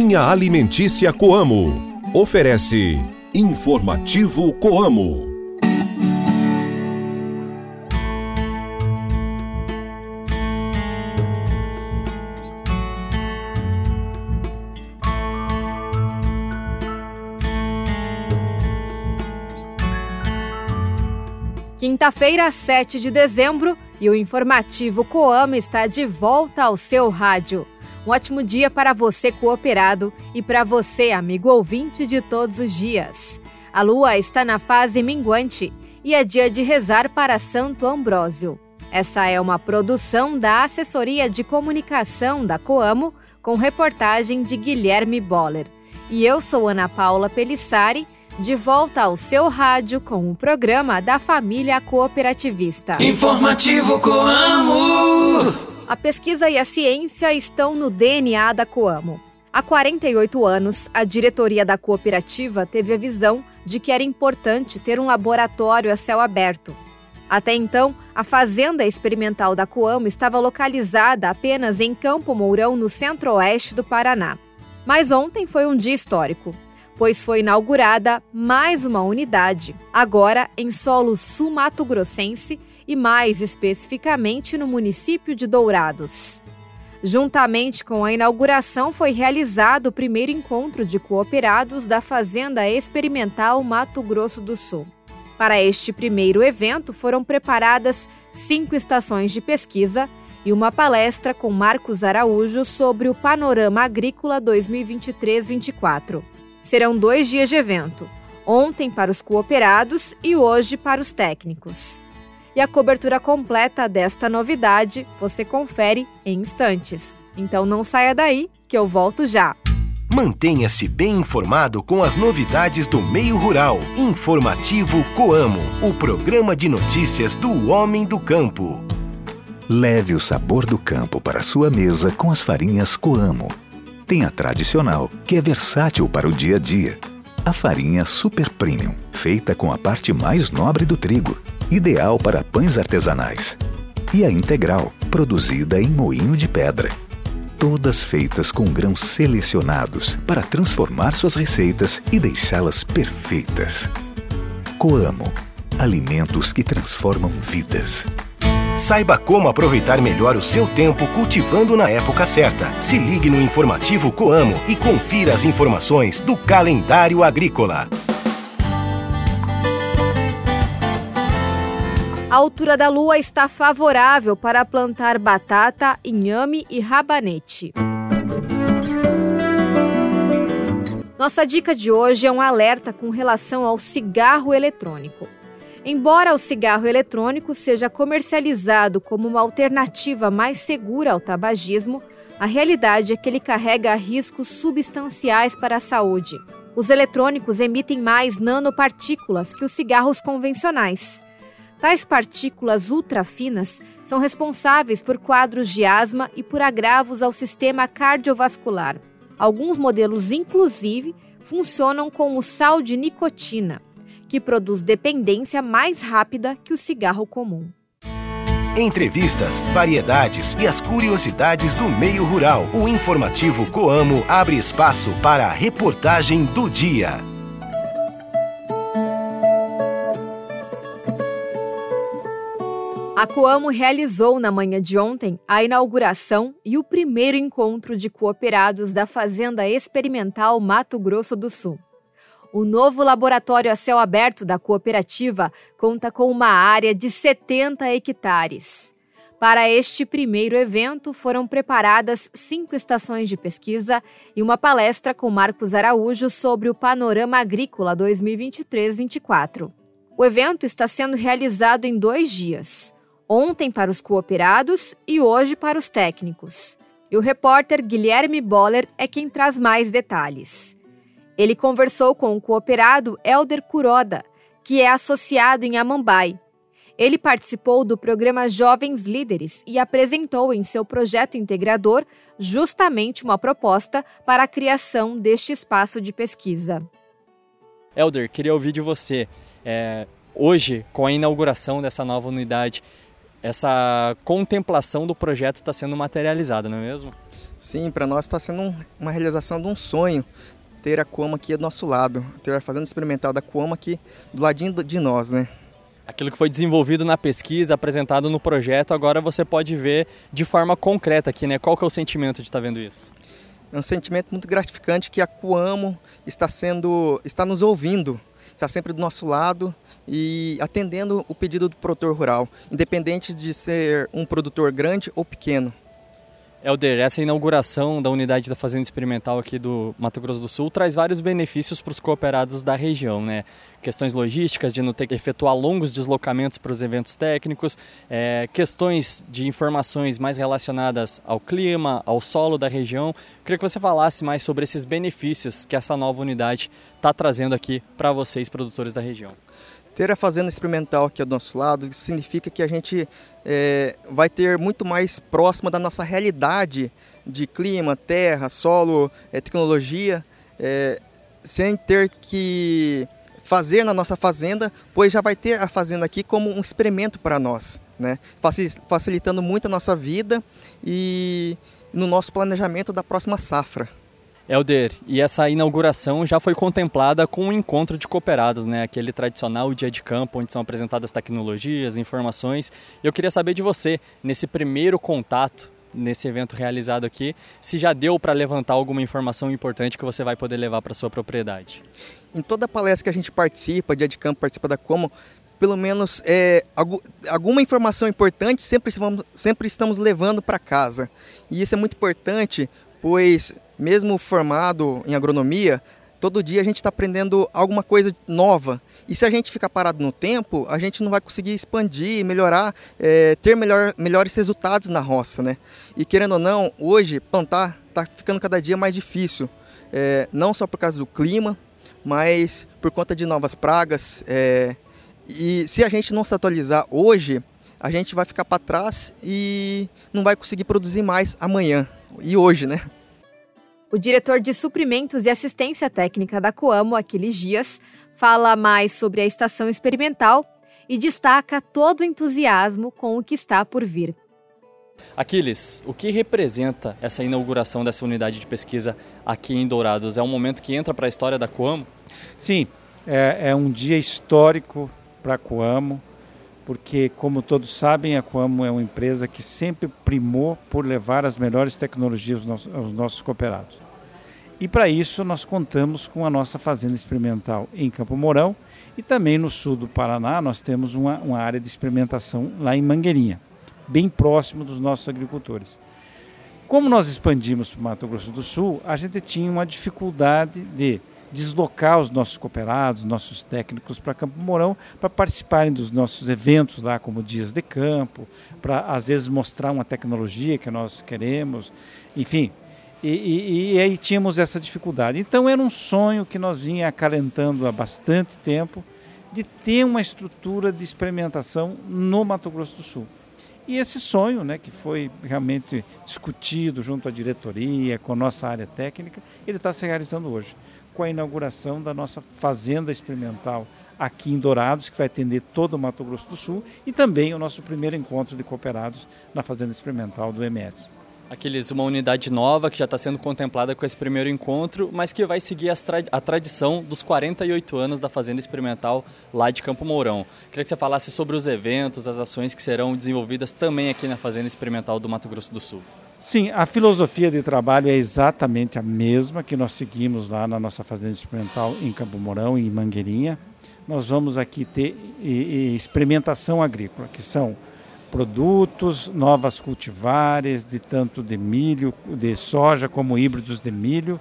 Linha Alimentícia Coamo. Oferece Informativo Coamo. Quinta-feira, 7 de dezembro, e o Informativo Coamo está de volta ao seu rádio. Um ótimo dia para você, cooperado, e para você, amigo ouvinte de todos os dias. A lua está na fase minguante e é dia de rezar para Santo Ambrósio. Essa é uma produção da Assessoria de Comunicação da Coamo, com reportagem de Guilherme Boller. E eu sou Ana Paula Pelissari, de volta ao seu rádio com o programa da família cooperativista. Informativo Coamo! A pesquisa e a ciência estão no DNA da Coamo. Há 48 anos, a diretoria da cooperativa teve a visão de que era importante ter um laboratório a céu aberto. Até então, a fazenda experimental da Coamo estava localizada apenas em Campo Mourão, no centro-oeste do Paraná. Mas ontem foi um dia histórico, pois foi inaugurada mais uma unidade, agora em solo sul-mato-grossense e mais especificamente no município de Dourados. Juntamente com a inauguração foi realizado o primeiro encontro de cooperados da Fazenda Experimental Mato Grosso do Sul. Para este primeiro evento foram preparadas 5 estações de pesquisa e uma palestra com Marcos Araújo sobre o Panorama Agrícola 2023-24. Serão 2 dias de evento, ontem para os cooperados e hoje para os técnicos. E a cobertura completa desta novidade você confere em instantes. Então não saia daí, que eu volto já. Mantenha-se bem informado com as novidades do meio rural. Informativo Coamo, o programa de notícias do homem do campo. Leve o sabor do campo para a sua mesa com as farinhas Coamo. Tem a tradicional, que é versátil para o dia a dia. A farinha Super Premium, feita com a parte mais nobre do trigo, ideal para pães artesanais. E a integral, produzida em moinho de pedra. Todas feitas com grãos selecionados para transformar suas receitas e deixá-las perfeitas. Coamo, alimentos que transformam vidas. Saiba como aproveitar melhor o seu tempo cultivando na época certa. Se ligue no Informativo Coamo e confira as informações do calendário agrícola. A altura da lua está favorável para plantar batata, inhame e rabanete. Nossa dica de hoje é um alerta com relação ao cigarro eletrônico. Embora o cigarro eletrônico seja comercializado como uma alternativa mais segura ao tabagismo, a realidade é que ele carrega riscos substanciais para a saúde. Os eletrônicos emitem mais nanopartículas que os cigarros convencionais. Tais partículas ultrafinas são responsáveis por quadros de asma e por agravos ao sistema cardiovascular. Alguns modelos, inclusive, funcionam com o sal de nicotina, que produz dependência mais rápida que o cigarro comum. Entrevistas, variedades e as curiosidades do meio rural. O Informativo Coamo abre espaço para a reportagem do dia. A Coamo realizou na manhã de ontem a inauguração e o primeiro encontro de cooperados da Fazenda Experimental Mato Grosso do Sul. O novo laboratório a céu aberto da cooperativa conta com uma área de 70 hectares. Para este primeiro evento, foram preparadas 5 estações de pesquisa e uma palestra com Marcos Araújo sobre o Panorama Agrícola 2023-24. O evento está sendo realizado em 2 dias, ontem para os cooperados e hoje para os técnicos. E o repórter Guilherme Boller é quem traz mais detalhes. Ele conversou com o cooperado Helder Kuroda, que é associado em Amambai. Ele participou do programa Jovens Líderes e apresentou em seu projeto integrador justamente uma proposta para a criação deste espaço de pesquisa. Helder, queria ouvir de você. Hoje, com a inauguração dessa nova unidade, essa contemplação do projeto está sendo materializada, não é mesmo? Sim, para nós está sendo uma realização de um sonho ter a Coamo aqui do nosso lado, ter a fazenda experimental da Coamo aqui do ladinho de nós, né? Aquilo que foi desenvolvido na pesquisa, apresentado no projeto, agora você pode ver de forma concreta aqui, né? Qual que é o sentimento de estar vendo isso? É um sentimento muito gratificante que a Coamo está nos ouvindo, está sempre do nosso lado e atendendo o pedido do produtor rural, independente de ser um produtor grande ou pequeno. Helder, essa inauguração da unidade da Fazenda Experimental aqui do Mato Grosso do Sul traz vários benefícios para os cooperados da região, né? Questões logísticas, de não ter que efetuar longos deslocamentos para os eventos técnicos, questões de informações mais relacionadas ao clima, ao solo da região. Queria que você falasse mais sobre esses benefícios que essa nova unidade está trazendo aqui para vocês, produtores da região. Ter a fazenda experimental aqui do nosso lado significa que a gente vai ter muito mais próximo da nossa realidade de clima, terra, solo, tecnologia, sem ter que fazer na nossa fazenda, pois já vai ter a fazenda aqui como um experimento para nós, né? Facilitando muito a nossa vida e no nosso planejamento da próxima safra. Helder, e essa inauguração já foi contemplada com um encontro de cooperados, né? Aquele tradicional dia de campo, onde são apresentadas tecnologias, informações. Eu queria saber de você, nesse primeiro contato, nesse evento realizado aqui, se já deu para levantar alguma informação importante que você vai poder levar para a sua propriedade. Em toda palestra que a gente participa, dia de campo, participa da Coamo, pelo menos alguma informação importante sempre estamos levando para casa. E isso é muito importante, pois mesmo formado em agronomia, todo dia a gente está aprendendo alguma coisa nova. E se a gente ficar parado no tempo, a gente não vai conseguir expandir, melhorar, ter melhores resultados na roça, né? E querendo ou não, hoje plantar está ficando cada dia mais difícil. Não só por causa do clima, mas por conta de novas pragas. E se a gente não se atualizar hoje, a gente vai ficar para trás e não vai conseguir produzir mais amanhã e hoje, né? O diretor de Suprimentos e Assistência Técnica da Coamo, Aquiles Dias, fala mais sobre a estação experimental e destaca todo o entusiasmo com o que está por vir. Aquiles, o que representa essa inauguração dessa unidade de pesquisa aqui em Dourados? É um momento que entra para a história da Coamo? Sim, é um dia histórico para a Coamo, porque, como todos sabem, a Coamo é uma empresa que sempre primou por levar as melhores tecnologias aos nossos cooperados. E para isso nós contamos com a nossa fazenda experimental em Campo Mourão e também no sul do Paraná nós temos uma área de experimentação lá em Mangueirinha, bem próximo dos nossos agricultores. Como nós expandimos para o Mato Grosso do Sul, a gente tinha uma dificuldade de deslocar os nossos cooperados, nossos técnicos para Campo Mourão, para participarem dos nossos eventos lá, como dias de campo, para às vezes mostrar uma tecnologia que nós queremos, enfim. E aí tínhamos essa dificuldade. Então era um sonho que nós vinha acalentando há bastante tempo de ter uma estrutura de experimentação no Mato Grosso do Sul. E esse sonho, né, que foi realmente discutido junto à diretoria, com a nossa área técnica, ele está se realizando hoje, com a inauguração da nossa fazenda experimental aqui em Dourados, que vai atender todo o Mato Grosso do Sul, e também o nosso primeiro encontro de cooperados na fazenda experimental do MS. Aquiles, uma unidade nova que já está sendo contemplada com esse primeiro encontro, mas que vai seguir a tradição dos 48 anos da Fazenda Experimental lá de Campo Mourão. Queria que você falasse sobre os eventos, as ações que serão desenvolvidas também aqui na Fazenda Experimental do Mato Grosso do Sul. Sim, a filosofia de trabalho é exatamente a mesma que nós seguimos lá na nossa Fazenda Experimental em Campo Mourão, em Mangueirinha. Nós vamos aqui ter experimentação agrícola, que são produtos, novas cultivares, tanto de milho, de soja, como híbridos de milho,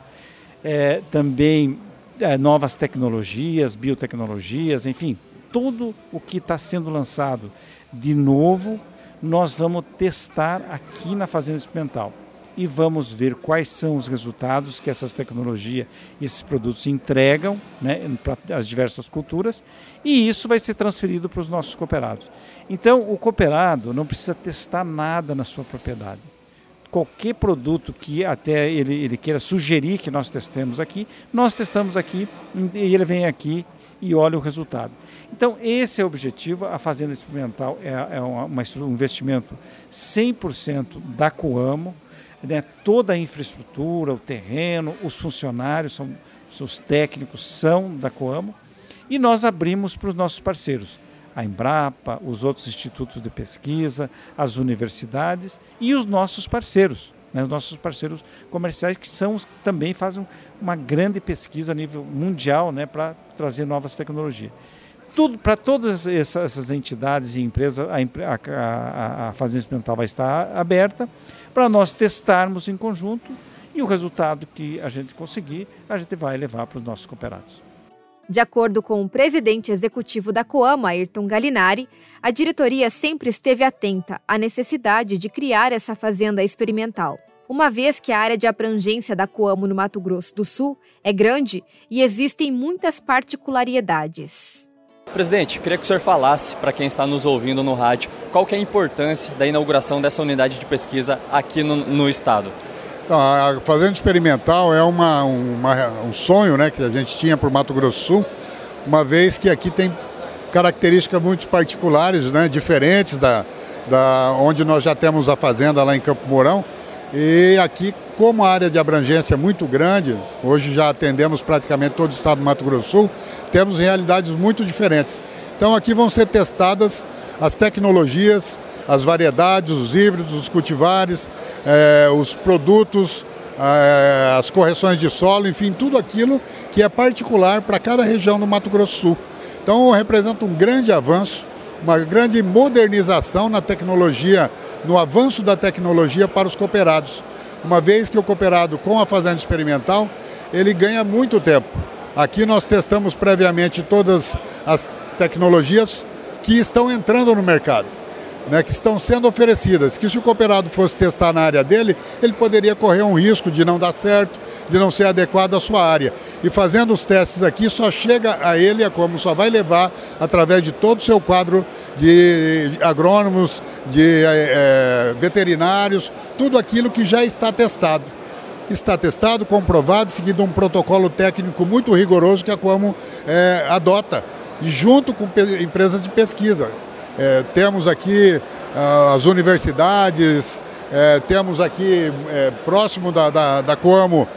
também novas tecnologias, biotecnologias, enfim, tudo o que está sendo lançado de novo, nós vamos testar aqui na Fazenda Experimental e vamos ver quais são os resultados que essas tecnologias e esses produtos entregam, né, para as diversas culturas, e isso vai ser transferido para os nossos cooperados. Então, o cooperado não precisa testar nada na sua propriedade. Qualquer produto que até ele queira sugerir que nós testemos aqui, nós testamos aqui e ele vem aqui e olha o resultado. Então, esse é o objetivo. A Fazenda Experimental é um investimento 100% da Coamo, né, toda a infraestrutura, o terreno, os funcionários, os técnicos são da Coamo, e nós abrimos para os nossos parceiros, a Embrapa, os outros institutos de pesquisa, as universidades e os nossos parceiros, né, os nossos parceiros comerciais, que também fazem uma grande pesquisa a nível mundial, né, para trazer novas tecnologias. Para todas essas entidades e empresas, a Fazenda Experimental vai estar aberta para nós testarmos em conjunto, e o resultado que a gente conseguir, a gente vai levar para os nossos cooperados. De acordo com o presidente executivo da Coamo, Ayrton Galinari, a diretoria sempre esteve atenta à necessidade de criar essa fazenda experimental, uma vez que a área de abrangência da Coamo no Mato Grosso do Sul é grande e existem muitas particularidades. Presidente, queria que o senhor falasse para quem está nos ouvindo no rádio qual que é a importância da inauguração dessa unidade de pesquisa aqui no estado. Então, a Fazenda Experimental é um sonho, né, que a gente tinha para o Mato Grosso do Sul, uma vez que aqui tem características muito particulares, né, diferentes da onde nós já temos a fazenda lá em Campo Mourão. E aqui, como a área de abrangência é muito grande, hoje já atendemos praticamente todo o estado do Mato Grosso do Sul, temos realidades muito diferentes. Então aqui vão ser testadas as tecnologias, as variedades, os híbridos, os cultivares, os produtos, as correções de solo, enfim, tudo aquilo que é particular para cada região do Mato Grosso do Sul. Então representa um grande avanço, uma grande modernização na tecnologia, no avanço da tecnologia para os cooperados. Uma vez que o cooperado com a Fazenda Experimental, ele ganha muito tempo. Aqui nós testamos previamente todas as tecnologias que estão entrando no mercado, né, que estão sendo oferecidas, que se o cooperado fosse testar na área dele, ele poderia correr um risco de não dar certo, de não ser adequado à sua área. E fazendo os testes aqui, só chega a ele, a Coamo só vai levar, através de todo o seu quadro de agrônomos, de veterinários, tudo aquilo que já está testado. Está testado, comprovado, seguindo um protocolo técnico muito rigoroso que a Coamo adota, e junto com empresas de pesquisa. Temos aqui as universidades, temos aqui próximo da Coamo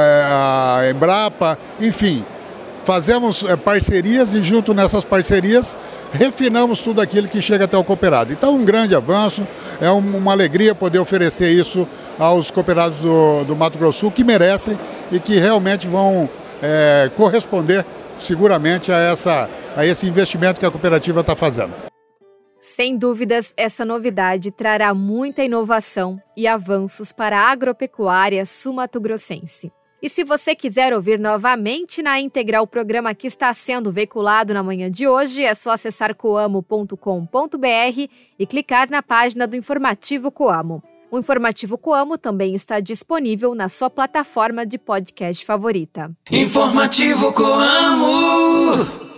a Embrapa, enfim, fazemos parcerias e junto nessas parcerias refinamos tudo aquilo que chega até o cooperado. Então um grande avanço, é uma alegria poder oferecer isso aos cooperados do Mato Grosso do Sul, que merecem e que realmente vão corresponder seguramente a esse investimento que a cooperativa está fazendo. Sem dúvidas, essa novidade trará muita inovação e avanços para a agropecuária sul-mato-grossense. E se você quiser ouvir novamente na íntegra o programa que está sendo veiculado na manhã de hoje, é só acessar coamo.com.br e clicar na página do Informativo Coamo. O Informativo Coamo também está disponível na sua plataforma de podcast favorita. Informativo Coamo!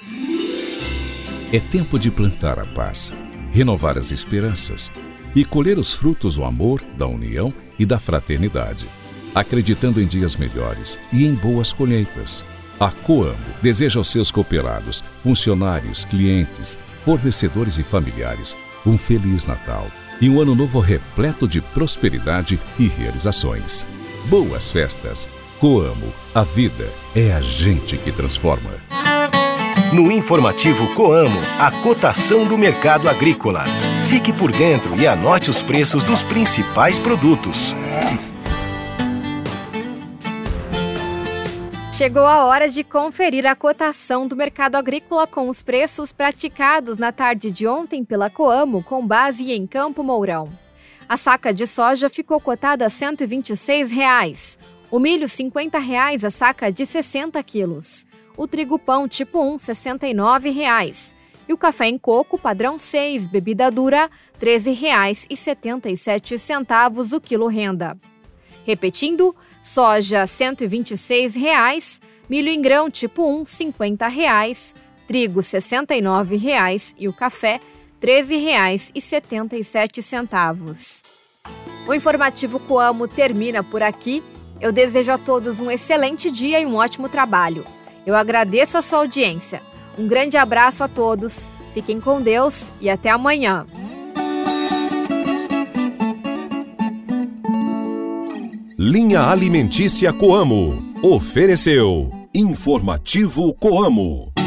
É tempo de plantar a paz, renovar as esperanças e colher os frutos do amor, da união e da fraternidade, acreditando em dias melhores e em boas colheitas. A Coamo deseja aos seus cooperados, funcionários, clientes, fornecedores e familiares um Feliz Natal e um ano novo repleto de prosperidade e realizações. Boas festas! Coamo, a vida é a gente que transforma. No Informativo Coamo, a cotação do mercado agrícola. Fique por dentro e anote os preços dos principais produtos. Chegou a hora de conferir a cotação do mercado agrícola com os preços praticados na tarde de ontem pela Coamo, com base em Campo Mourão. A saca de soja ficou cotada a R$ 126,00. O milho, R$ 50,00 a saca de 60 quilos. O trigo pão tipo 1, R$ 69,00. E o café em coco padrão 6, bebida dura, R$ 13,77 o quilo renda. Repetindo, soja R$ 126,00, milho em grão tipo 1, R$ 50,00, trigo R$ 69,00 e o café R$ 13,77. O Informativo Coamo termina por aqui. Eu desejo a todos um excelente dia e um ótimo trabalho. Eu agradeço a sua audiência. Um grande abraço a todos, fiquem com Deus e até amanhã. Linha Alimentícia Coamo. Ofereceu Informativo Coamo.